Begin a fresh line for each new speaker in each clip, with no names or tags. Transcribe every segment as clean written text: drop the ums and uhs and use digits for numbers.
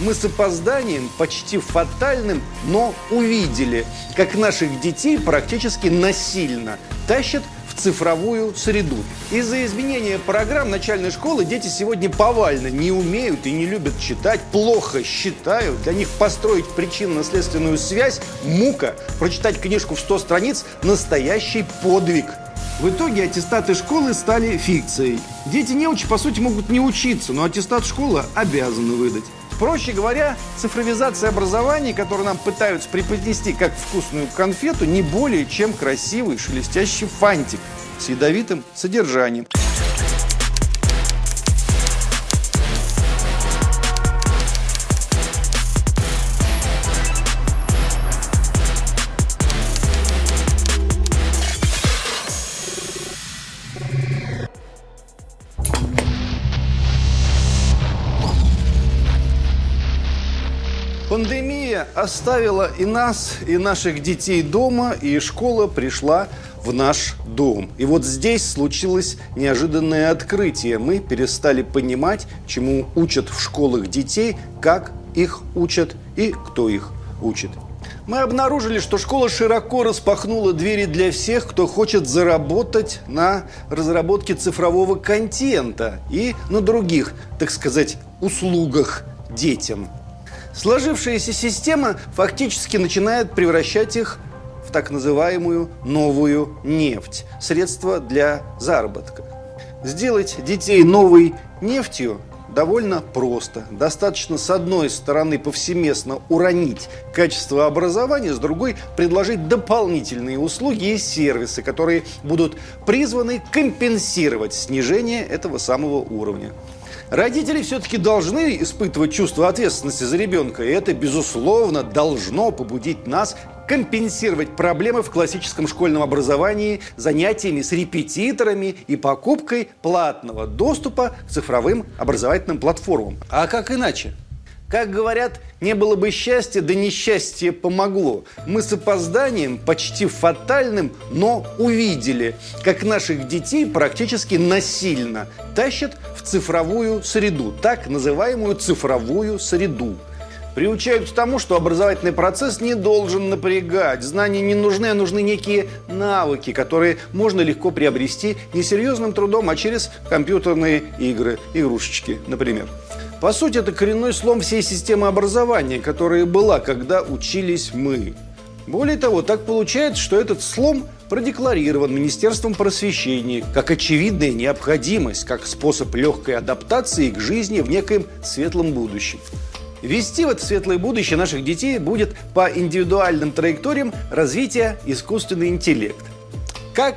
Мы с опозданием, почти фатальным, но увидели, как наших детей практически насильно тащат в цифровую среду. Из-за изменения программ начальной школы дети сегодня повально не умеют и не любят читать, плохо считают. Для них построить причинно-следственную связь – мука. Прочитать книжку в 100 страниц – настоящий подвиг. В итоге аттестаты школы стали фикцией. Дети неучи, по сути, могут не учиться, но аттестат школа обязаны выдать. Проще говоря, цифровизация образования, которую нам пытаются преподнести как вкусную конфету, не более чем красивый шелестящий фантик с ядовитым содержанием. Пандемия оставила и нас, и наших детей дома, и школа пришла в наш дом. И вот здесь случилось неожиданное открытие. Мы перестали понимать, чему учат в школах детей, как их учат и кто их учит. Мы обнаружили, что школа широко распахнула двери для всех, кто хочет заработать на разработке цифрового контента и на других, так сказать, услугах детям. Сложившаяся система фактически начинает превращать их в так называемую новую нефть, средство для заработка. Сделать детей новой нефтью довольно просто. Достаточно, с одной стороны, повсеместно уронить качество образования, с другой – предложить дополнительные услуги и сервисы, которые будут призваны компенсировать снижение этого самого уровня. Родители все-таки должны испытывать чувство ответственности за ребенка, и это, безусловно, должно побудить нас компенсировать проблемы в классическом школьном образовании занятиями с репетиторами и покупкой платного доступа к цифровым образовательным платформам. А как иначе? Как говорят, не было бы счастья, да несчастье помогло. Мы с опозданием, почти фатальным, но увидели, как наших детей практически насильно тащат в цифровую среду, так называемую цифровую среду. Приучают к тому, что образовательный процесс не должен напрягать, знания не нужны, а нужны некие навыки, которые можно легко приобрести не серьезным трудом, а через компьютерные игры, игрушечки, например. По сути, это коренной слом всей системы образования, которая была, когда учились мы. Более того, так получается, что этот слом продекларирован Министерством просвещения как очевидная необходимость, как способ легкой адаптации к жизни в некоем светлом будущем. Вести в это светлое будущее наших детей будет по индивидуальным траекториям развития искусственный интеллект. Как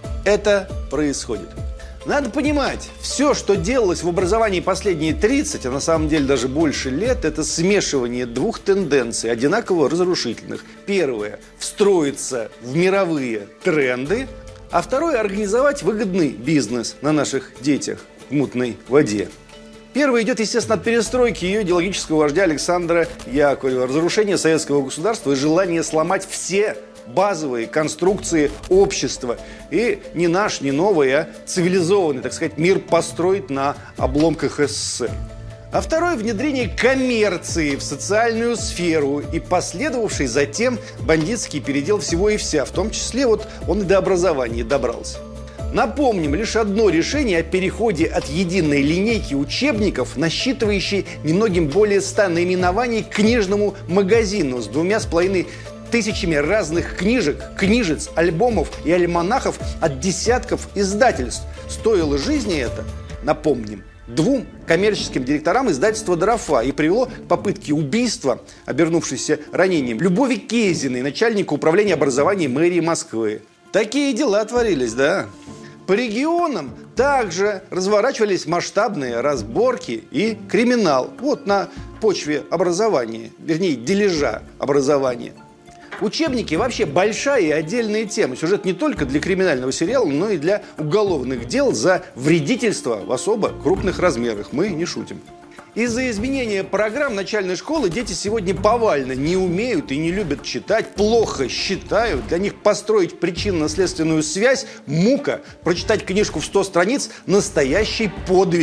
это происходит? Надо понимать, все, что делалось в образовании последние 30, а на самом деле даже больше лет, это смешивание двух тенденций, одинаково разрушительных. Первое – встроиться в мировые тренды, а второе – организовать выгодный бизнес на наших детях в мутной воде. Первое идет, естественно, от перестройки ее идеологического вождя Александра Яковлева, разрушения советского государства и желание сломать все базовые конструкции общества. И не наш, не новый, а цивилизованный, так сказать, мир построить на обломках СССР. А второе – внедрение коммерции в социальную сферу и последовавший затем бандитский передел всего и вся, в том числе вот он и до образования добрался. Напомним, лишь одно решение о переходе от единой линейки учебников, насчитывающей немногим более 100 наименований, к книжному магазину с 2,5 тысячами разных книжек, книжец, альбомов и альманахов от десятков издательств. Стоило жизни это, напомним, 2 коммерческим директорам издательства «Дарафа» и привело к попытке убийства, обернувшейся ранением, Любови Кезиной, начальника управления образования мэрии Москвы. Такие дела творились, да? По регионам также разворачивались масштабные разборки и криминал. Вот на почве образования, вернее, дележа образования. Учебники вообще большая и отдельная тема. Сюжет не только для криминального сериала, но и для уголовных дел за вредительство в особо крупных размерах. Мы не шутим. Из-за изменения программ начальной школы дети сегодня повально не умеют и не любят читать, плохо считают. Для них построить причинно-следственную связь – мука. Прочитать книжку в 100 страниц – настоящий подвиг.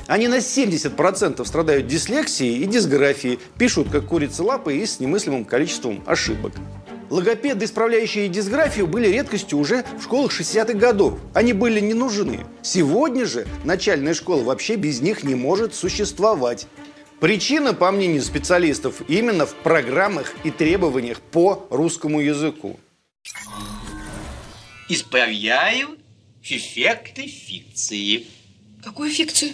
Они на 70% страдают дислексией и дисграфией, пишут как курица лапы и с немыслимым количеством ошибок. Логопеды, исправляющие дисграфию, были редкостью уже в школах 60-х годов. Они были не нужны. Сегодня же начальная школа вообще без них не может существовать. Причина, по мнению специалистов, именно в программах и требованиях по русскому языку.
Исправляем эффекты фикции.
Какую фикцию?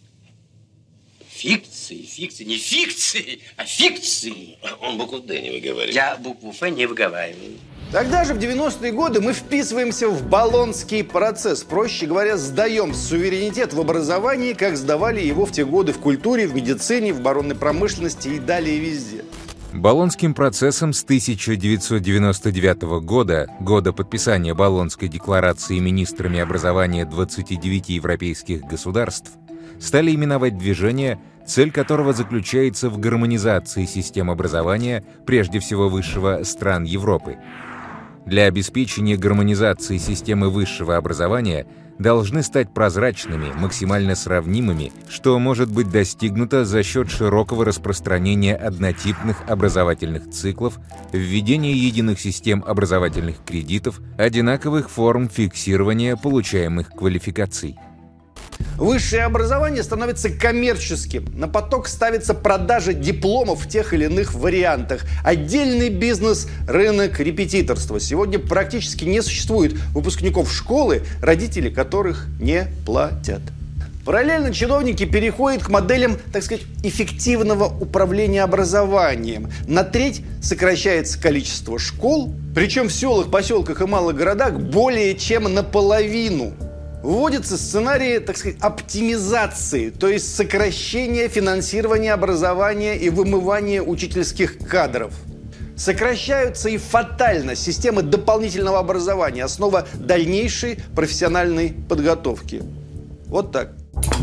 Фикции, не фикции, а фикции.
Он букву «Д не выговаривает.
Я букву «Ф» не выговариваю.
Тогда же, в 90-е годы, мы вписываемся в Болонский процесс. Проще говоря, сдаем суверенитет в образовании, как сдавали его в те годы в культуре, в медицине, в оборонной промышленности и далее везде.
Болонским процессом с 1999 года, года подписания Болонской декларации министрами образования 29 европейских государств, стали именовать движение, цель которого заключается в гармонизации систем образования, прежде всего высшего, стран Европы. Для обеспечения гармонизации системы высшего образования должны стать прозрачными, максимально сравнимыми, что может быть достигнуто за счет широкого распространения однотипных образовательных циклов, введения единых систем образовательных кредитов, одинаковых форм фиксирования получаемых квалификаций.
Высшее образование становится коммерческим. На поток ставится продажа дипломов в тех или иных вариантах. Отдельный бизнес – рынок репетиторства. Сегодня практически не существует выпускников школы, родители которых не платят. Параллельно чиновники переходят к моделям, так сказать, эффективного управления образованием. На треть сокращается количество школ, причем в селах, поселках и малых городах более чем наполовину. Вводятся сценарии, так сказать, оптимизации, то есть сокращения финансирования образования и вымывания учительских кадров. Сокращаются и фатально системы дополнительного образования, основа дальнейшей профессиональной подготовки. Вот так.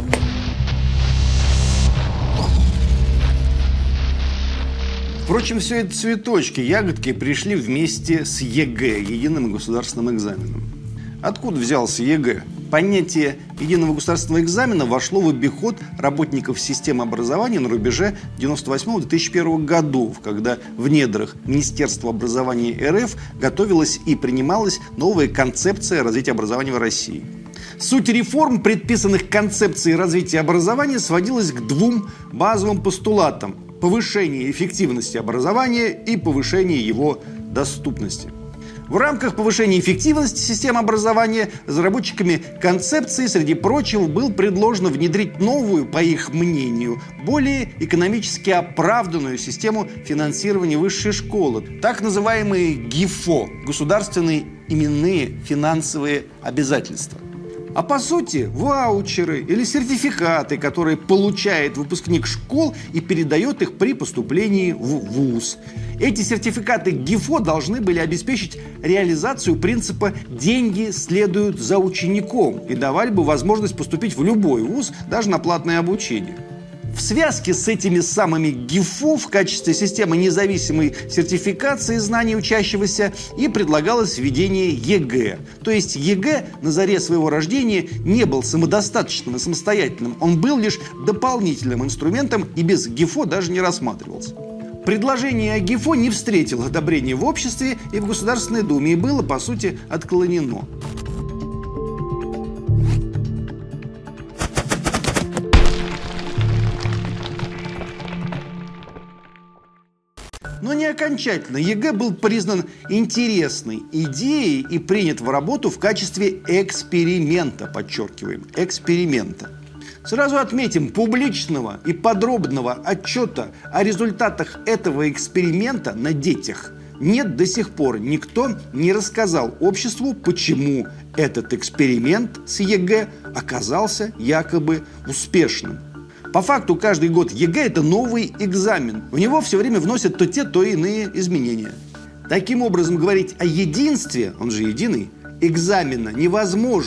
Впрочем, все это цветочки, ягодки пришли вместе с ЕГЭ, единым государственным экзаменом. Откуда взялся ЕГЭ? Понятие единого государственного экзамена вошло в обиход работников системы образования на рубеже 1998-2001 годов, когда в недрах Министерства образования РФ готовилась и принималась новая концепция развития образования в России. Суть реформ, предписанных концепцией развития образования, сводилась к двум базовым постулатам – повышение эффективности образования и повышение его доступности. В рамках повышения эффективности системы образования разработчиками концепции, среди прочего, было предложено внедрить новую, по их мнению, более экономически оправданную систему финансирования высшей школы, так называемые ГИФО – государственные именные финансовые обязательства. А по сути, ваучеры или сертификаты, которые получает выпускник школ и передает их при поступлении в вуз. Эти сертификаты ГИФО должны были обеспечить реализацию принципа «деньги следуют за учеником» и давали бы возможность поступить в любой вуз, даже на платное обучение. В связке с этими самыми ГИФО в качестве системы независимой сертификации знаний учащегося и предлагалось введение ЕГЭ. То есть ЕГЭ на заре своего рождения не был самодостаточным и самостоятельным. Он был лишь дополнительным инструментом и без ГИФО даже не рассматривался. Предложение о ГИФО не встретило одобрения в обществе и в Государственной Думе и было, по сути, отклонено. Но не окончательно. ЕГЭ был признан интересной идеей и принят в работу в качестве эксперимента, подчеркиваем, эксперимента. Сразу отметим, публичного и подробного отчета о результатах этого эксперимента на детях нет до сих пор. Никто не рассказал обществу, почему этот эксперимент с ЕГЭ оказался якобы успешным. По факту, каждый год ЕГЭ – это новый экзамен. В него все время вносят то те, то иные изменения. Таким образом, говорить о единстве, он же единый, экзамена невозможно,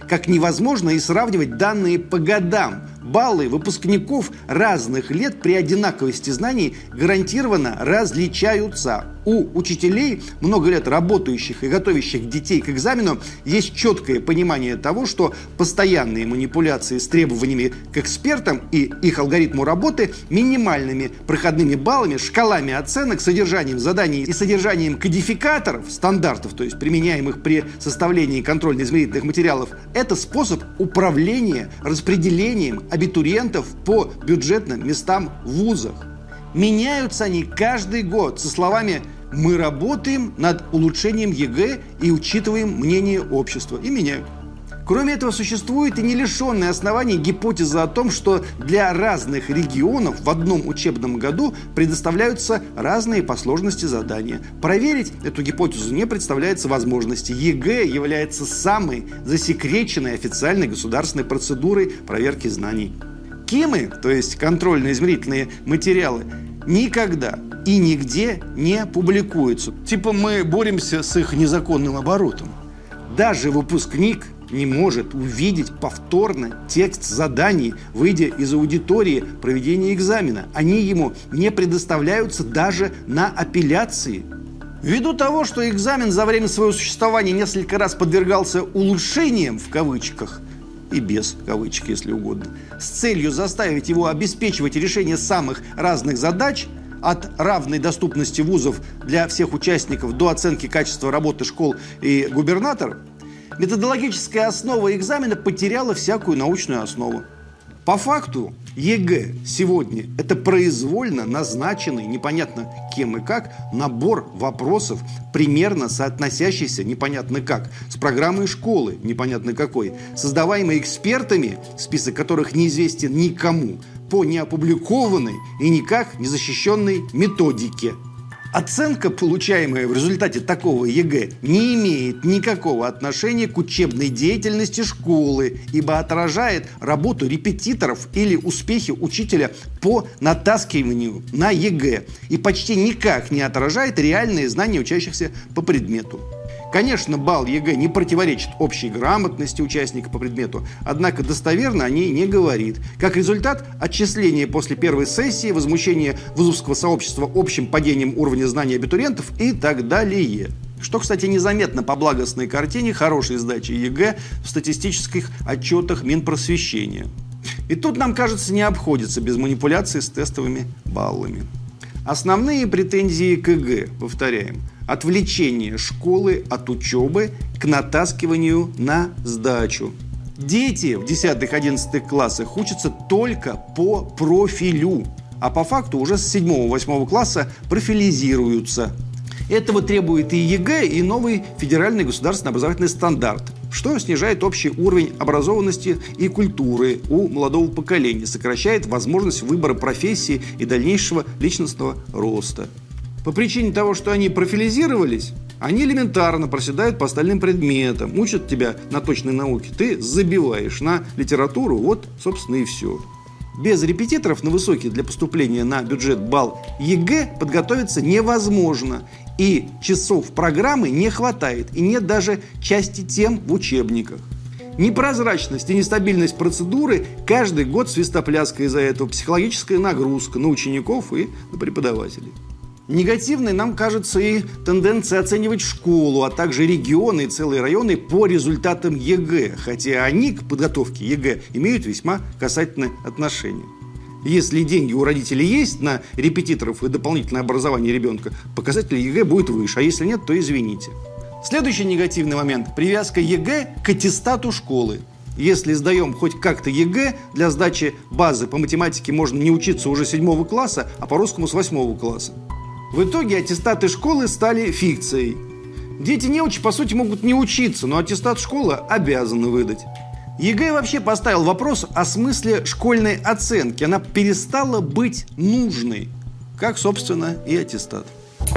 как невозможно и сравнивать данные по годам. Баллы выпускников разных лет при одинаковости знаний гарантированно различаются. У учителей, много лет работающих и готовящих детей к экзамену, есть четкое понимание того, что постоянные манипуляции с требованиями к экспертам и их алгоритму работы, минимальными проходными баллами, шкалами оценок, содержанием заданий и содержанием кодификаторов, стандартов, то есть применяемых при составлении контрольно-измерительных материалов, это способ управления распределением абитуриентов по бюджетным местам в вузах. Меняются они каждый год со словами «мы работаем над улучшением ЕГЭ и учитываем мнение общества». И меняют. Кроме этого, существует и не лишенная оснований гипотеза о том, что для разных регионов в одном учебном году предоставляются разные по сложности задания. Проверить эту гипотезу не представляется возможности. ЕГЭ является самой засекреченной официальной государственной процедурой проверки знаний. КИМы, то есть контрольно-измерительные материалы, никогда и нигде не публикуются. Типа мы боремся с их незаконным оборотом. Даже выпускник не может увидеть повторно текст заданий, выйдя из аудитории проведения экзамена. Они ему не предоставляются даже на апелляции. Ввиду того, что экзамен за время своего существования несколько раз подвергался улучшениям, в кавычках, и без кавычек, если угодно, с целью заставить его обеспечивать решение самых разных задач, от равной доступности вузов для всех участников до оценки качества работы школ и губернаторов, методологическая основа экзамена потеряла всякую научную основу. По факту ЕГЭ сегодня – это произвольно назначенный, непонятно кем и как, набор вопросов, примерно соотносящийся, непонятно как, с программой школы, непонятно какой, создаваемой экспертами, список которых неизвестен никому, по неопубликованной и никак не защищенной методике. Оценка, получаемая в результате такого ЕГЭ, не имеет никакого отношения к учебной деятельности школы, ибо отражает работу репетиторов или успехи учителя по натаскиванию на ЕГЭ и почти никак не отражает реальные знания учащихся по предмету. Конечно, балл ЕГЭ не противоречит общей грамотности участника по предмету, однако достоверно о ней не говорит. Как результат, отчисление после первой сессии, возмущение вузовского сообщества общим падением уровня знаний абитуриентов и так далее. Что, кстати, незаметно по благостной картине хорошей сдачи ЕГЭ в статистических отчетах Минпросвещения. И тут, нам кажется, не обходится без манипуляций с тестовыми баллами. Основные претензии к ЕГЭ, повторяем, отвлечение школы от учебы к натаскиванию на сдачу. Дети в 10-11 классах учатся только по профилю, а по факту уже с 7-8 класса профилизируются. Этого требует и ЕГЭ, и новый федеральный государственный образовательный стандарт, что снижает общий уровень образованности и культуры у молодого поколения, сокращает возможность выбора профессии и дальнейшего личностного роста. По причине того, что они профилизировались, они элементарно проседают по остальным предметам, учат тебя на точной науке, ты забиваешь на литературу, вот, собственно, и все. Без репетиторов на высокий для поступления на бюджет балл ЕГЭ подготовиться невозможно. И часов программы не хватает, и нет даже части тем в учебниках. Непрозрачность и нестабильность процедуры каждый год свистопляска из-за этого, психологическая нагрузка на учеников и на преподавателей. Негативной нам кажется и тенденция оценивать школу, а также регионы и целые районы по результатам ЕГЭ, хотя они к подготовке ЕГЭ имеют весьма касательное отношение. Если деньги у родителей есть на репетиторов и дополнительное образование ребенка, показатель ЕГЭ будет выше, а если нет, то извините. Следующий негативный момент – привязка ЕГЭ к аттестату школы. Если сдаем хоть как-то ЕГЭ, для сдачи базы по математике можно не учиться уже 7 класса, а по русскому с 8 класса. В итоге аттестаты школы стали фикцией. Дети-неучи, по сути, могут не учиться, но аттестат школы обязаны выдать. ЕГЭ вообще поставил вопрос о смысле школьной оценки. Она перестала быть нужной, как, собственно, и аттестат.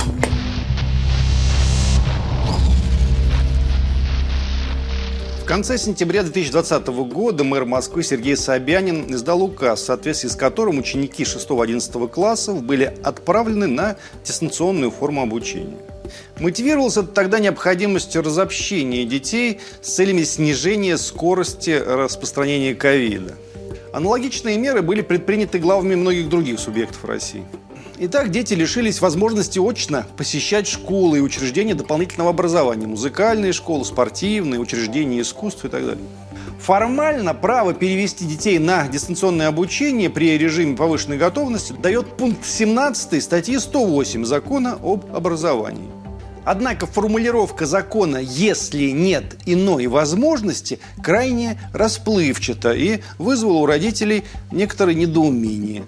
В конце сентября 2020 года мэр Москвы Сергей Собянин издал указ, в соответствии с которым ученики 6-11 классов были отправлены на дистанционную форму обучения. Мотивировалось это тогда необходимостью разобщения детей с целями снижения скорости распространения ковида. Аналогичные меры были предприняты главами многих других субъектов России. Итак, дети лишились возможности очно посещать школы и учреждения дополнительного образования, музыкальные школы, спортивные, учреждения искусств и так далее. Формально право перевести детей на дистанционное обучение при режиме повышенной готовности дает пункт 17 статьи 108 Закона об образовании. Однако формулировка закона «если нет иной возможности» крайне расплывчата и вызвала у родителей некоторое недоумение.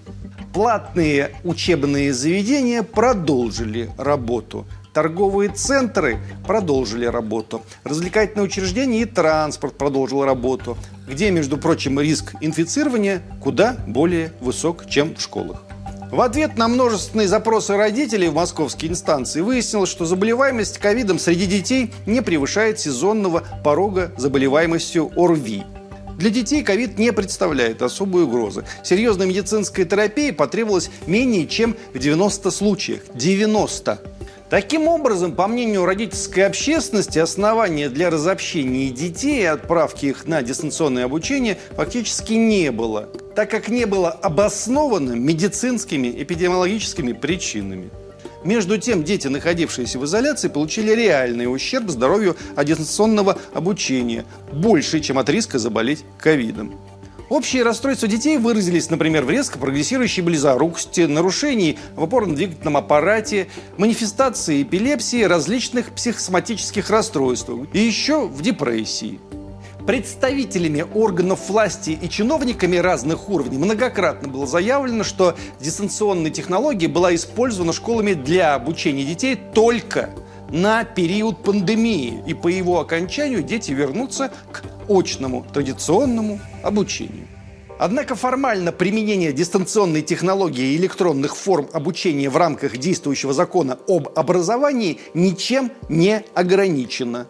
Платные учебные заведения продолжили работу. Торговые центры продолжили работу. Развлекательные учреждения и транспорт продолжил работу. Где, между прочим, риск инфицирования куда более высок, чем в школах. В ответ на множественные запросы родителей в московские инстанции выяснилось, что заболеваемость ковидом среди детей не превышает сезонного порога заболеваемостью ОРВИ. Для детей ковид не представляет особой угрозы. Серьезной медицинской терапии потребовалось менее чем в 90 случаях. 90! Таким образом, по мнению родительской общественности, основания для разобщения детей и отправки их на дистанционное обучение фактически не было, так как не было обосновано медицинскими эпидемиологическими причинами. Между тем, дети, находившиеся в изоляции, получили реальный ущерб здоровью от дистанционного обучения, больше, чем от риска заболеть ковидом. Общие расстройства детей выразились, например, в резко прогрессирующей близорукости, нарушении в опорно-двигательном аппарате, манифестации эпилепсии, различных психосоматических расстройствах и еще в депрессии. Представителями органов власти и чиновниками разных уровней многократно было заявлено, что дистанционная технология была использована школами для обучения детей только на период пандемии, и по его окончанию дети вернутся к очному традиционному обучению. Однако формально применение дистанционной технологии и электронных форм обучения в рамках действующего закона об образовании ничем не ограничено.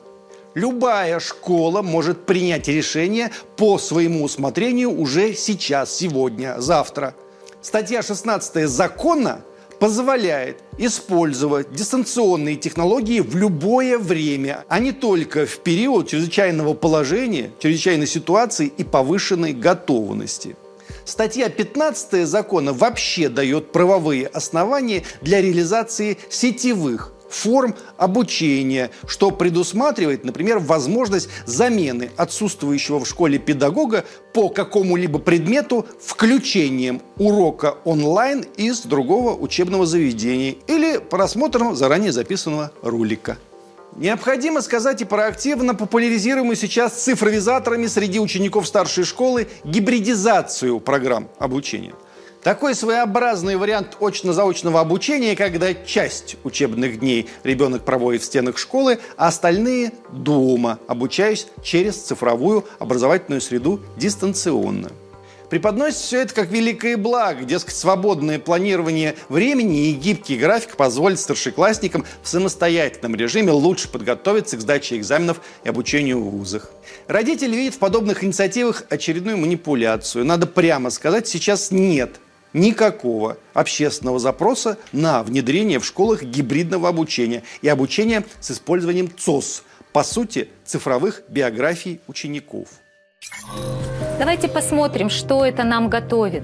Любая школа может принять решение по своему усмотрению уже сейчас, сегодня, завтра. Статья 16 закона позволяет использовать дистанционные технологии в любое время, а не только в период чрезвычайного положения, чрезвычайной ситуации и повышенной готовности. Статья 15 закона вообще дает правовые основания для реализации сетевых форм обучения, что предусматривает, например, возможность замены отсутствующего в школе педагога по какому-либо предмету включением урока онлайн из другого учебного заведения или просмотром заранее записанного ролика. Необходимо сказать и про активно популяризируемую сейчас цифровизаторами среди учеников старшей школы гибридизацию программ обучения. Такой своеобразный вариант очно-заочного обучения, когда часть учебных дней ребенок проводит в стенах школы, а остальные дома, обучаясь через цифровую образовательную среду дистанционно. Преподносится все это как великое благо, дескать, свободное планирование времени и гибкий график позволит старшеклассникам в самостоятельном режиме лучше подготовиться к сдаче экзаменов и обучению в вузах. Родители видят в подобных инициативах очередную манипуляцию. Надо прямо сказать, сейчас нет никакого общественного запроса на внедрение в школах гибридного обучения и обучения с использованием ЦОС, по сути, цифровых биографий учеников.
Давайте посмотрим, что это нам готовит.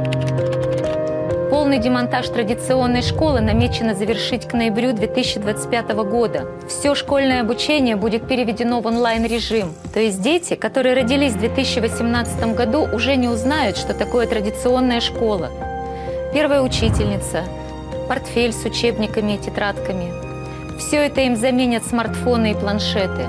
Полный демонтаж традиционной школы намечено завершить к ноябрю 2025 года. Все школьное обучение будет переведено в онлайн-режим. То есть дети, которые родились в 2018 году, уже не узнают, что такое традиционная школа. Первая учительница, портфель с учебниками и тетрадками. Все это им заменят смартфоны и планшеты.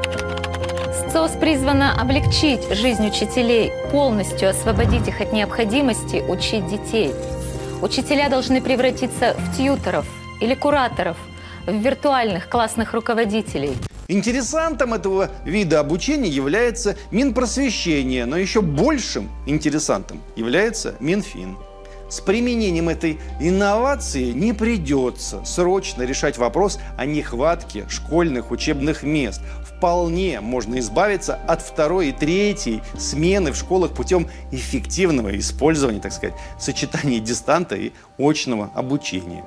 СЦОС призвана облегчить жизнь учителей, полностью освободить их от необходимости учить детей. Учителя должны превратиться в тьюторов или кураторов, в виртуальных классных руководителей.
Интересантом этого вида обучения является Минпросвещение, но еще большим интересантом является Минфин. С применением этой инновации не придется срочно решать вопрос о нехватке школьных учебных мест. Вполне можно избавиться от второй и третьей смены в школах путем эффективного использования, так сказать, сочетания дистанта и очного обучения.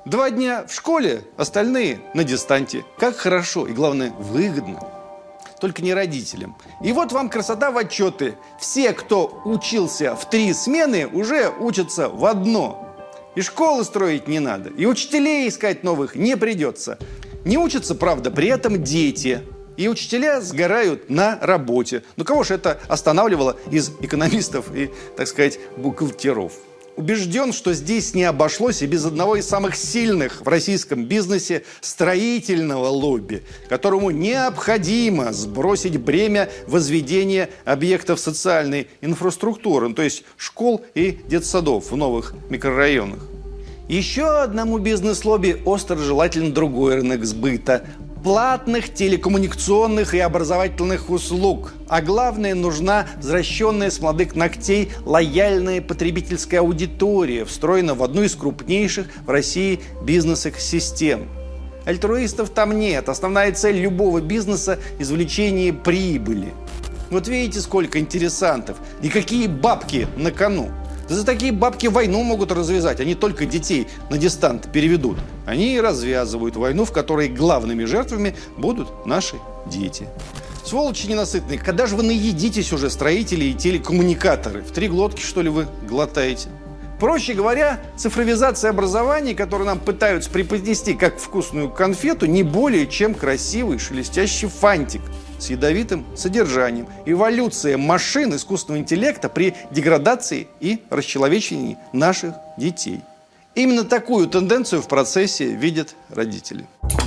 2 дня в школе, остальные на дистанте. Как хорошо и, главное, выгодно. Только не родителям. И вот вам красота в отчеты. Все, кто учился в 3 смены, уже учатся в 1. И школы строить не надо, и учителей искать новых не придется. Не учатся, правда, при этом дети. И учителя сгорают на работе. Ну кого же это останавливало из экономистов и, так сказать, бухгалтеров? Убежден, что здесь не обошлось и без одного из самых сильных в российском бизнесе строительного лобби, которому необходимо сбросить бремя возведения объектов социальной инфраструктуры, то есть школ и детсадов в новых микрорайонах. Еще одному бизнес-лобби остро желателен другой рынок сбыта – платных телекоммуникационных и образовательных услуг. А главное, нужна взращенная с молодых ногтей лояльная потребительская аудитория, встроена в одну из крупнейших в России бизнес-экосистем. Альтруистов там нет. Основная цель любого бизнеса – извлечение прибыли. Вот видите, сколько интересантов и какие бабки на кону. Да за такие бабки войну могут развязать, они только детей на дистант переведут. Они и развязывают войну, в которой главными жертвами будут наши дети. Сволочи ненасытные, когда же вы наедитесь уже, строители и телекоммуникаторы? В 3 глотки, что ли, вы глотаете? Проще говоря, цифровизация образования, которую нам пытаются преподнести как вкусную конфету, не более чем красивый шелестящий фантик с ядовитым содержанием. Эволюция машин искусственного интеллекта при деградации и расчеловечении наших детей. Именно такую тенденцию в процессе видят родители.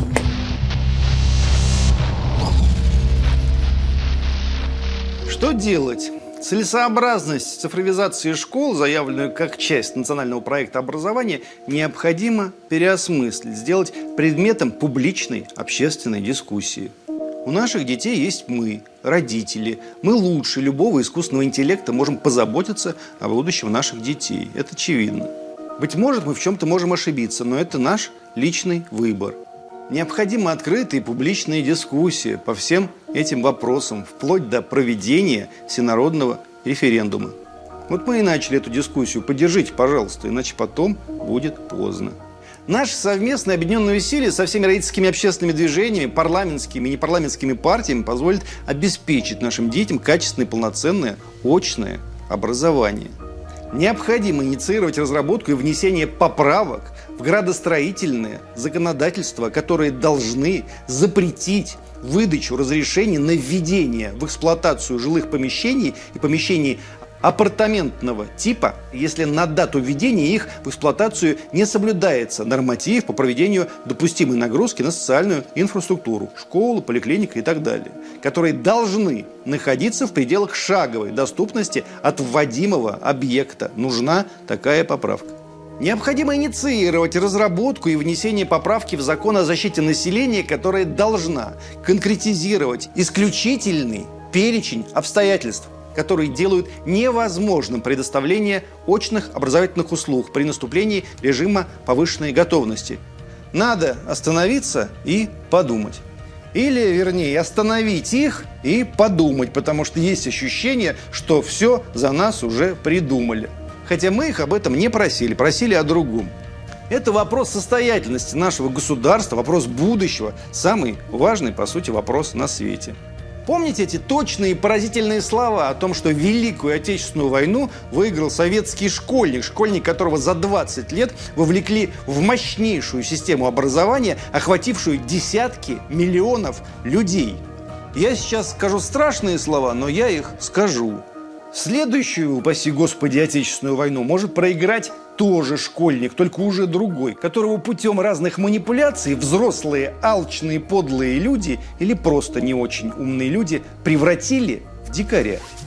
Что делать? Целесообразность цифровизации школ, заявленную как часть национального проекта образования, необходимо переосмыслить, сделать предметом публичной общественной дискуссии. У наших детей есть мы, родители. Мы лучше любого искусственного интеллекта можем позаботиться о будущем наших детей. Это очевидно. Быть может, мы в чем-то можем ошибиться, но это наш личный выбор. Необходима открытая и публичная дискуссия по всем этим вопросам, вплоть до проведения всенародного референдума. Вот мы и начали эту дискуссию. Поддержите, пожалуйста, иначе потом будет поздно. Наши совместные объединенные усилия со всеми родительскими общественными движениями, парламентскими и непарламентскими партиями позволят обеспечить нашим детям качественное, полноценное, очное образование. Необходимо инициировать разработку и внесение поправок в градостроительное законодательство, которые должны запретить выдачу разрешений на введение в эксплуатацию жилых помещений и помещений апартаментного типа, если на дату введения их в эксплуатацию не соблюдается норматив по проведению допустимой нагрузки на социальную инфраструктуру, школу, поликлинику и так далее, которые должны находиться в пределах шаговой доступности от вводимого объекта. Нужна такая поправка. Необходимо инициировать разработку и внесение поправки в закон о защите населения, которая должна конкретизировать исключительный перечень обстоятельств, которые делают невозможным предоставление очных образовательных услуг при наступлении режима повышенной готовности. Надо остановиться и подумать. Или, вернее, остановить их и подумать, потому что есть ощущение, что все за нас уже придумали. Хотя мы их об этом не просили, просили о другом. Это вопрос состоятельности нашего государства, вопрос будущего, самый важный, по сути, вопрос на свете. Помните эти точные и поразительные слова о том, что Великую Отечественную войну выиграл советский школьник, которого за 20 лет вовлекли в мощнейшую систему образования, охватившую десятки миллионов людей? Я сейчас скажу страшные слова, но я их скажу. Следующую, упаси Господи, Отечественную войну может проиграть тоже школьник, только уже другой, которого путем разных манипуляций взрослые, алчные, подлые люди или просто не очень умные люди превратили в дикаря.